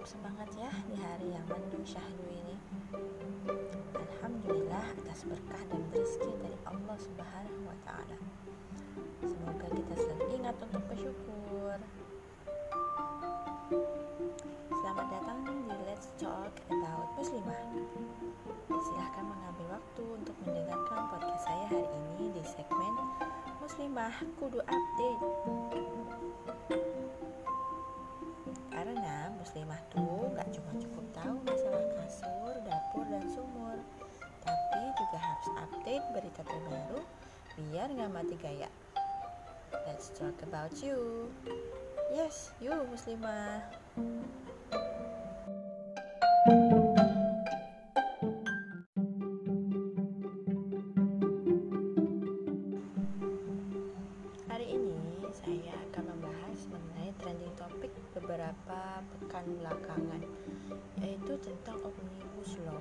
semangat ya di hari yang mendung syahdu ini. Alhamdulillah atas berkah dan rezeki dari Allah Subhanahu wa taala. Semoga kita selalu ingat untuk bersyukur. Selamat datang di Let's Talk About Muslimah. Silahkan mengambil waktu untuk mendengarkan podcast saya hari ini di segmen Muslimah Kudu Update. Karena muslimah tuh gak cuma cukup tahu masalah kasur, dapur, dan sumur, tapi juga harus update berita terbaru biar gak mati gaya. Let's talk about you. Yes, you muslimah. Hari ini saya akan membahas mengenai trending topik beberapa pekan belakangan, yaitu tentang Omnibus Law.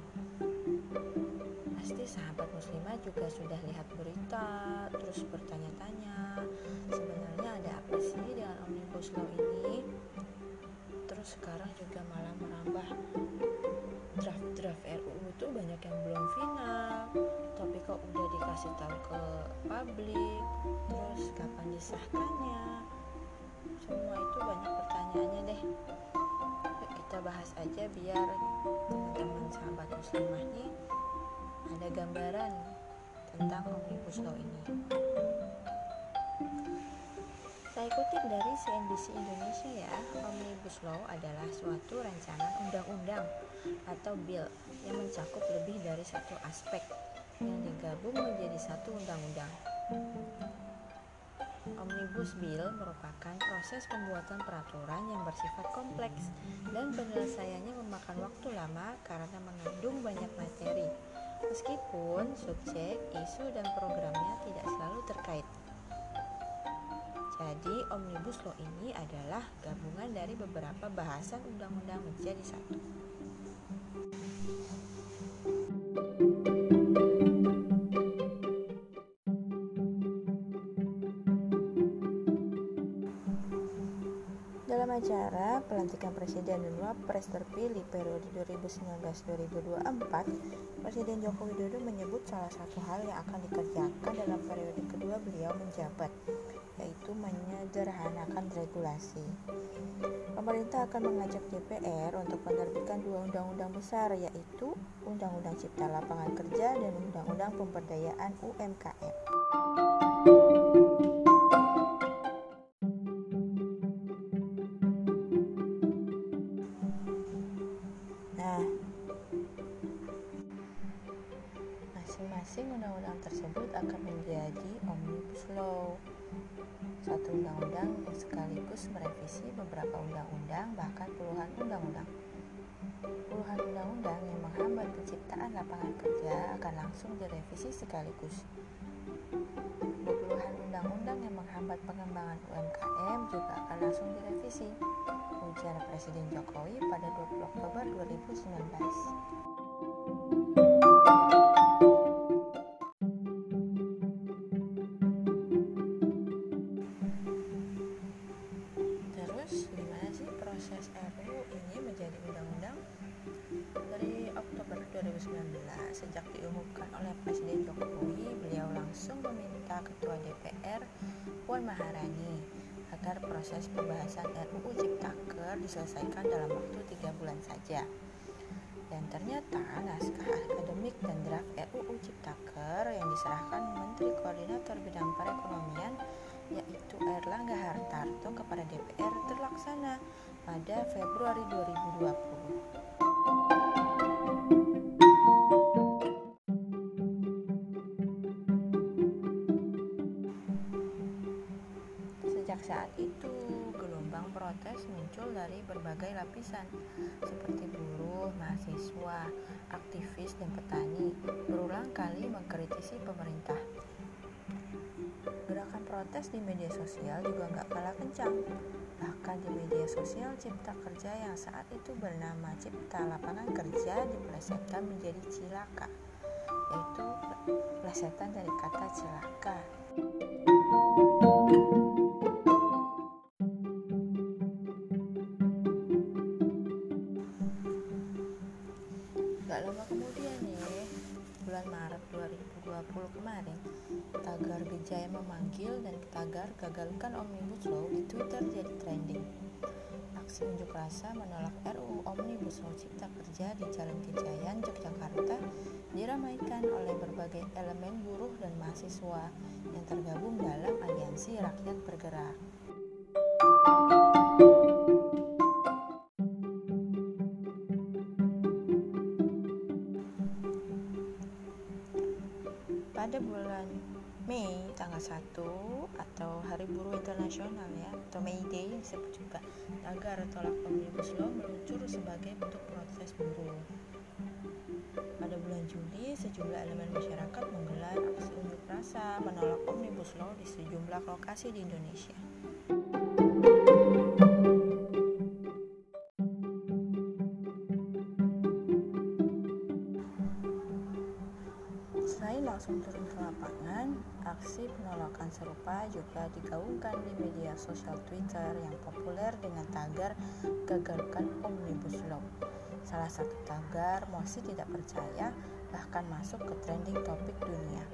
Pasti sahabat muslimah juga sudah lihat berita, terus bertanya-tanya, sebenarnya ada apa sih dengan Omnibus Law ini? Terus sekarang juga malah merambah draft RUU itu banyak yang belum final, tapi kok udah dikasih tahu ke publik, terus kapan disahkannya? Semua itu banyak pertanyaannya deh. Yuk kita bahas aja biar teman-teman sahabat muslimah nih ada gambaran tentang Omnibus Law ini. Saya kutip dari CNBC Indonesia ya, Omnibus Law adalah suatu rancangan undang-undang atau bill yang mencakup lebih dari satu aspek yang digabung menjadi satu undang-undang. Omnibus Bill merupakan proses pembuatan peraturan yang bersifat kompleks dan penyelesaiannya memakan waktu lama karena mengandung banyak materi, meskipun subjek, isu, dan programnya tidak selalu terkait. Jadi, Omnibus Law ini adalah gabungan dari beberapa bahasan undang-undang menjadi satu. Dalam acara pelantikan Presiden dan Wapres terpilih periode 2019-2024, Presiden Joko Widodo menyebut salah satu hal yang akan dikerjakan dalam periode kedua beliau menjabat, yaitu menyederhanakan regulasi. Pemerintah akan mengajak DPR untuk menerbitkan dua undang-undang besar, yaitu Undang-Undang Cipta Lapangan Kerja dan Undang-Undang Pemberdayaan UMKM. Masing-masing undang-undang tersebut akan menjadi Omnibus Law, satu undang-undang yang sekaligus merevisi beberapa undang-undang, bahkan puluhan undang-undang. Puluhan undang-undang yang menghambat penciptaan lapangan kerja akan langsung direvisi sekaligus. Puluhan undang-undang yang menghambat pengembangan UMKM juga akan langsung direvisi, ujar Presiden Jokowi pada 20 Oktober 2019. Proses RUU ini menjadi undang-undang dari Oktober 2019. Sejak diumumkan oleh Presiden Jokowi, beliau langsung meminta Ketua DPR Puan Maharani agar proses pembahasan RUU Ciptaker diselesaikan dalam waktu 3 bulan saja. Dan ternyata naskah akademik dan draft RUU Ciptaker yang diserahkan Menteri Koordinator Bidang Perekonomian yaitu Airlangga Hartarto kepada DPR terlaksana pada Februari 2020. Sejak saat itu, gelombang protes muncul dari berbagai lapisan, seperti buruh, mahasiswa, aktivis, dan petani, berulang kali mengkritisi pemerintah. Gerakan protes di media sosial juga gak kalah kencang. Bahkan di media sosial Cipta Kerja yang saat itu bernama Cipta Lapangan Kerja dipelesetkan menjadi Cilaka, yaitu plesetan dari kata celaka. 2020 kemarin, tagar Gejaya memanggil dan tagar gagalkan Omnibus Law di Twitter jadi trending. Aksi unjuk rasa menolak RUU Omnibus Law Cipta Kerja di Jalan Gejayan, Yogyakarta diramaikan oleh berbagai elemen buruh dan mahasiswa yang tergabung dalam Aliansi Rakyat Bergerak. Pada bulan Mei tanggal 1 atau Hari Buruh Internasional atau May Day disebut juga, tagar tolak Omnibus Law meluncur sebagai bentuk protes buruh. Pada bulan Juli, sejumlah elemen masyarakat menggelar aksi unjuk rasa menolak Omnibus Law di sejumlah lokasi di Indonesia. Selain langsung turun ke lapangan, aksi penolakan serupa juga digaungkan di media sosial Twitter yang populer dengan tagar gagalkan Omnibus Law. Salah satu tagar mosi tidak percaya bahkan masuk ke trending topik dunia.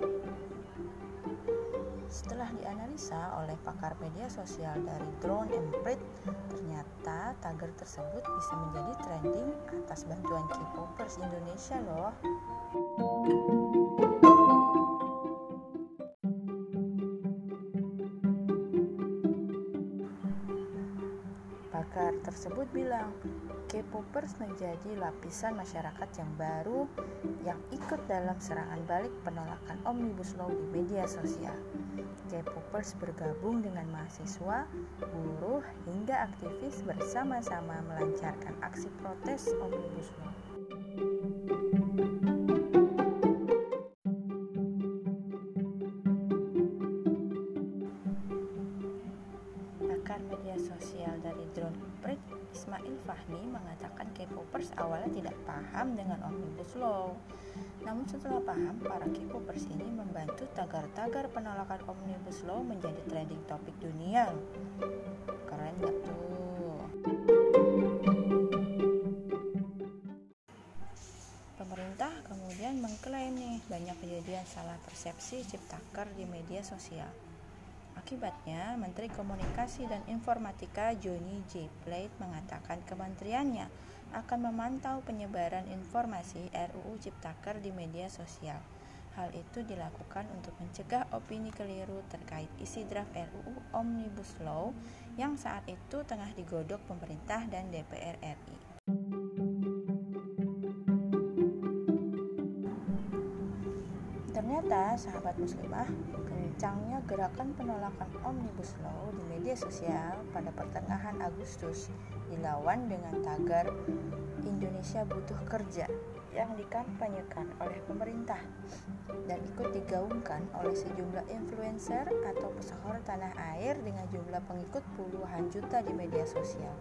Setelah dianalisa oleh pakar media sosial dari Drone Emprit, ternyata tagar tersebut bisa menjadi trending atas bantuan K-popers Indonesia loh. Pakar tersebut bilang, K-popers menjadi lapisan masyarakat yang baru yang ikut dalam serangan balik penolakan Omnibus Law di media sosial. K-popers bergabung dengan mahasiswa, buruh, hingga aktivis bersama-sama melancarkan aksi protes Omnibus Law. Pakar media sosial dari Drone Emprit, Ismail Fahmi, mengatakan K-popers awalnya tidak paham dengan Omnibus Law. Namun setelah paham, para K-popers ini membantu tagar-tagar penolakan Omnibus Law menjadi trending topik dunia. Keren gak tuh? Pemerintah kemudian mengklaim banyak kejadian salah persepsi ciptaker di media sosial. Akibatnya, Menteri Komunikasi dan Informatika Johnny J. Plate mengatakan kementeriannya akan memantau penyebaran informasi RUU Ciptaker di media sosial. Hal itu dilakukan untuk mencegah opini keliru terkait isi draft RUU Omnibus Law yang saat itu tengah digodok pemerintah dan DPR RI. Ternyata, sahabat muslimah, kencangnya gerakan penolakan Omnibus Law di media sosial pada pertengahan Agustus dilawan dengan tagar Indonesia Butuh Kerja yang dikampanyekan oleh pemerintah dan ikut digaungkan oleh sejumlah influencer atau pesohor tanah air dengan jumlah pengikut puluhan juta di media sosial.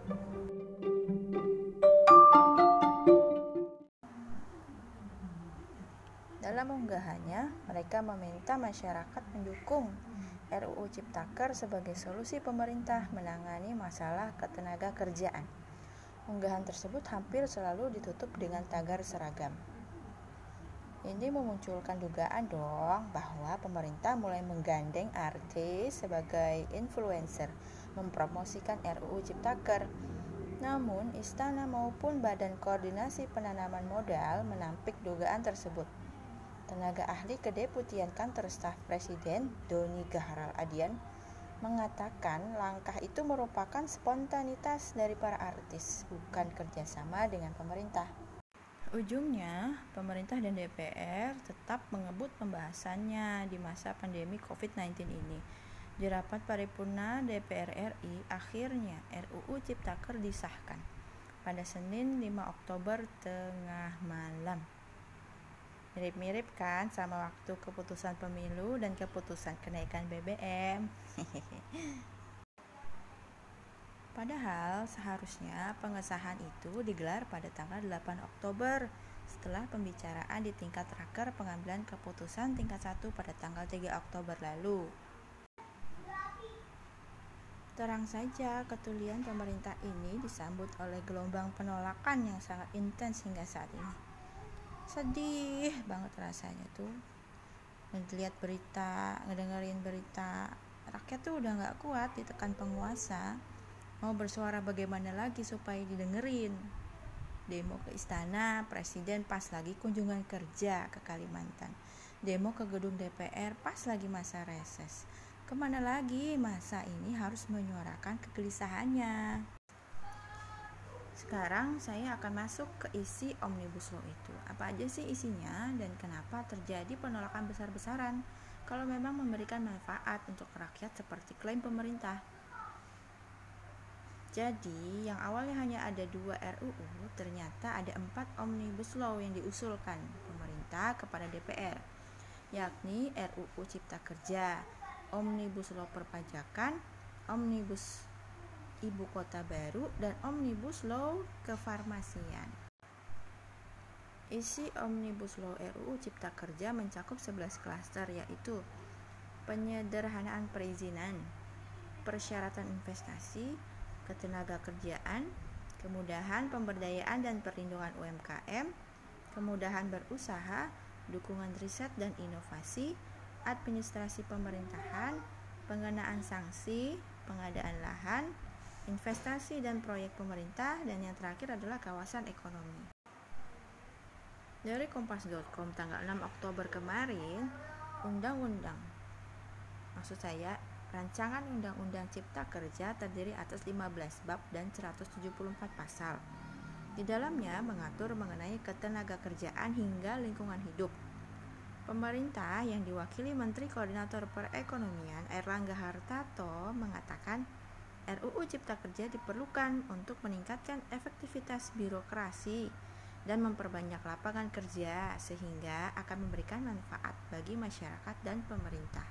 Dalam unggahannya, mereka meminta masyarakat mendukung RUU Ciptaker sebagai solusi pemerintah menangani masalah ketenaga kerjaan. Unggahan tersebut hampir selalu ditutup dengan tagar seragam. Ini memunculkan dugaan bahwa pemerintah mulai menggandeng artis sebagai influencer mempromosikan RUU Ciptaker. Namun, Istana maupun Badan Koordinasi Penanaman Modal menampik dugaan tersebut. Tenaga ahli Kedeputian Kantor Staf Presiden, Doni Gahral Adian, mengatakan langkah itu merupakan spontanitas dari para artis, bukan kerjasama dengan pemerintah. Ujungnya, pemerintah dan DPR tetap mengebut pembahasannya di masa pandemi COVID-19 ini. Di rapat paripurna DPR RI, akhirnya RUU Ciptaker disahkan pada Senin 5 Oktober tengah malam. Mirip-mirip kan sama waktu keputusan pemilu dan keputusan kenaikan BBM. Padahal seharusnya pengesahan itu digelar pada tanggal 8 Oktober setelah pembicaraan di tingkat raker pengambilan keputusan tingkat 1 pada tanggal 3 Oktober lalu. Terang saja ketulian pemerintah ini disambut oleh gelombang penolakan yang sangat intens hingga saat ini. Sedih banget rasanya tuh. ngeliat berita, ngedengerin berita. Rakyat tuh udah gak kuat ditekan penguasa. Mau bersuara bagaimana lagi supaya didengerin. Demo ke istana presiden pas lagi kunjungan kerja ke Kalimantan. Demo ke gedung DPR pas lagi masa reses. Kemana lagi masa ini harus menyuarakan kegelisahannya. Sekarang saya akan masuk ke isi Omnibus Law itu. Apa aja sih isinya dan kenapa terjadi penolakan besar-besaran kalau memang memberikan manfaat untuk rakyat seperti klaim pemerintah. Jadi, yang awalnya hanya ada 2 RUU, ternyata ada 4 Omnibus Law yang diusulkan pemerintah kepada DPR, yakni RUU Cipta Kerja, Omnibus Law Perpajakan, Omnibus Ibu Kota Baru, dan Omnibus Law Kefarmasian. Isi Omnibus Law RUU Cipta Kerja mencakup 11 klaster, yaitu penyederhanaan perizinan, persyaratan investasi, ketenaga kerjaan, kemudahan pemberdayaan dan perlindungan UMKM, kemudahan berusaha, dukungan riset dan inovasi, administrasi pemerintahan, pengenaan sanksi, pengadaan lahan, investasi dan proyek pemerintah, dan yang terakhir adalah kawasan ekonomi. Dari kompas.com tanggal 6 Oktober kemarin, Rancangan Undang-Undang Cipta Kerja terdiri atas 15 bab dan 174 pasal. Di dalamnya mengatur mengenai ketenaga kerjaan hingga lingkungan hidup. Pemerintah yang diwakili Menteri Koordinator Perekonomian Airlangga Hartarto mengatakan RUU Cipta Kerja diperlukan untuk meningkatkan efektivitas birokrasi dan memperbanyak lapangan kerja sehingga akan memberikan manfaat bagi masyarakat dan pemerintah.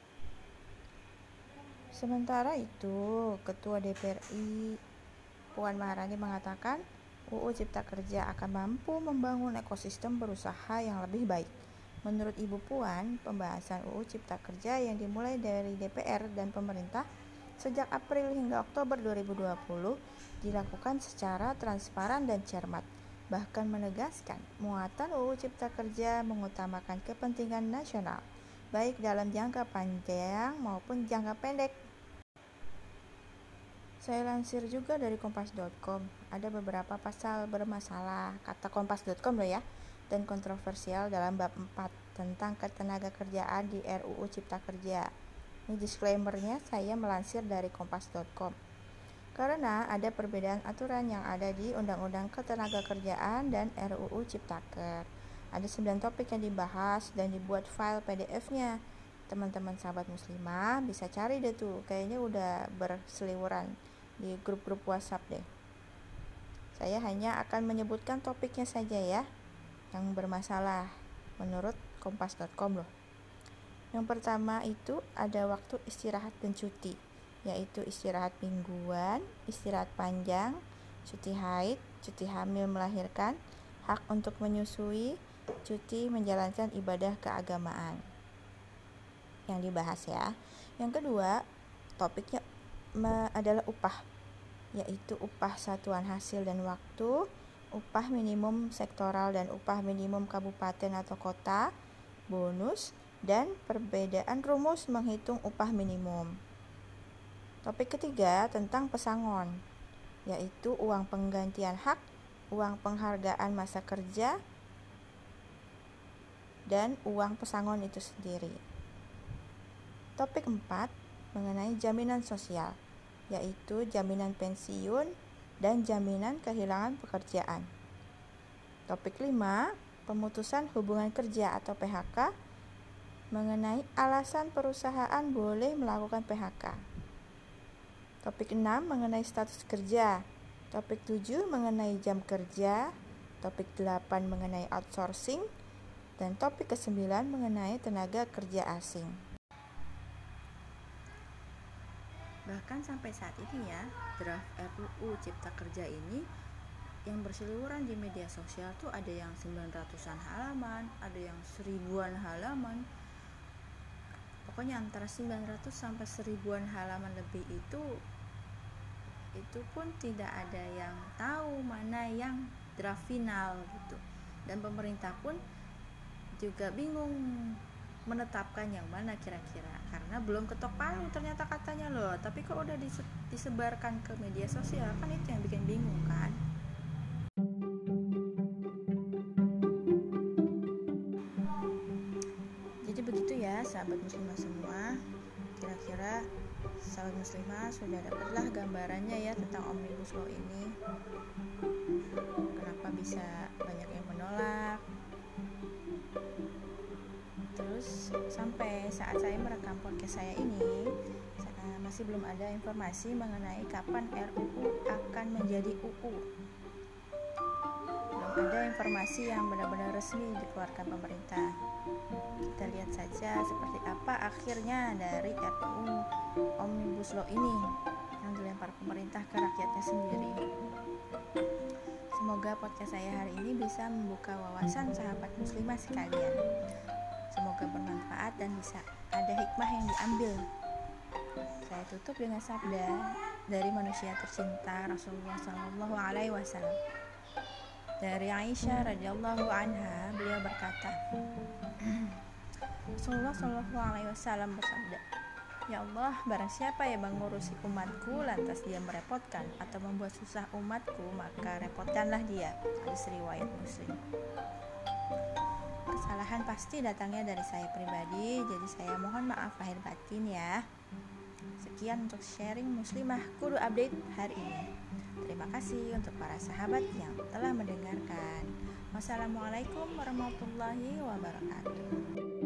Sementara itu, Ketua DPR RI Puan Maharani mengatakan UU Cipta Kerja akan mampu membangun ekosistem berusaha yang lebih baik. Menurut Ibu Puan, pembahasan UU Cipta Kerja yang dimulai dari DPR dan pemerintah sejak April hingga Oktober 2020 dilakukan secara transparan dan cermat, bahkan menegaskan muatan UU Cipta Kerja mengutamakan kepentingan nasional, baik dalam jangka panjang maupun jangka pendek. Saya lansir juga dari kompas.com, ada beberapa pasal bermasalah, kata kompas.com loh ya, dan kontroversial dalam bab 4 tentang ketenaga kerjaan di RUU Cipta Kerja. Ini disclaimer-nya saya melansir dari kompas.com. Karena ada perbedaan aturan yang ada di Undang-Undang Ketenaga Kerjaan dan RUU Ciptaker. Ada 9 topik yang dibahas dan dibuat file PDF-nya. Teman-teman sahabat muslimah bisa cari deh tuh, kayaknya udah berseliweran di grup-grup WhatsApp deh. Saya hanya akan menyebutkan topiknya saja ya, yang bermasalah menurut kompas.com loh. Yang pertama itu ada waktu istirahat dan cuti, yaitu istirahat mingguan, istirahat panjang, cuti haid, cuti hamil melahirkan, hak untuk menyusui, cuti menjalankan ibadah keagamaan. Yang dibahas ya. Yang kedua, topiknya adalah upah, yaitu upah satuan hasil dan waktu, upah minimum sektoral dan upah minimum kabupaten atau kota, bonus, dan perbedaan rumus menghitung upah minimum. Topik ketiga tentang pesangon, yaitu uang penggantian hak, uang penghargaan masa kerja, dan uang pesangon itu sendiri. Topik 4 mengenai jaminan sosial, yaitu jaminan pensiun dan jaminan kehilangan pekerjaan. Topik 5, pemutusan hubungan kerja atau PHK, mengenai alasan perusahaan boleh melakukan PHK. Topik 6 mengenai status kerja. Topik 7 mengenai jam kerja. Topik 8 mengenai outsourcing. Dan topik ke-9 mengenai tenaga kerja asing. Bahkan sampai saat ini ya, draft RUU Cipta Kerja ini yang berseliweran di media sosial tuh ada yang 900-an halaman, ada yang 1000-an halaman. Pokoknya antara 900 sampai 1000-an halaman lebih itu pun tidak ada yang tahu mana yang draft final gitu. Dan pemerintah pun juga bingung menetapkan yang mana kira-kira, karena belum ketok palu ternyata katanya loh. Tapi kok udah disebarkan ke media sosial, kan itu yang bikin bingung kan. Jadi begitu ya sahabat muslimah semua. Kira-kira sahabat muslimah sudah dapatlah gambarannya ya tentang Omnibus Law ini. Kenapa bisa banyak yang menolak. Terus sampai saat saya merekam podcast saya ini masih belum ada informasi mengenai kapan RUU akan menjadi UU. Belum ada informasi yang benar-benar resmi dikeluarkan pemerintah. Kita lihat saja seperti apa akhirnya dari RUU Omnibus Law ini yang dilempar pemerintah ke rakyatnya sendiri. Semoga podcast saya hari ini bisa membuka wawasan sahabat muslimah sekalian. Semoga bermanfaat dan bisa ada hikmah yang diambil. Saya tutup dengan sabda dari manusia tercinta Rasulullah SAW. Dari Aisyah radhiyallahu anha, beliau berkata, Rasulullah SAW bersabda, "Ya Allah, barang siapa yang mengurusi umatku lantas dia merepotkan atau membuat susah umatku, maka repotkanlah dia." Hadis riwayat Muslim. Kesalahan pasti datangnya dari saya pribadi, jadi saya mohon maaf lahir batin ya. Sekian untuk sharing muslimah kudu update hari ini. Terima kasih untuk para sahabat yang telah mendengarkan. Wassalamualaikum warahmatullahi wabarakatuh.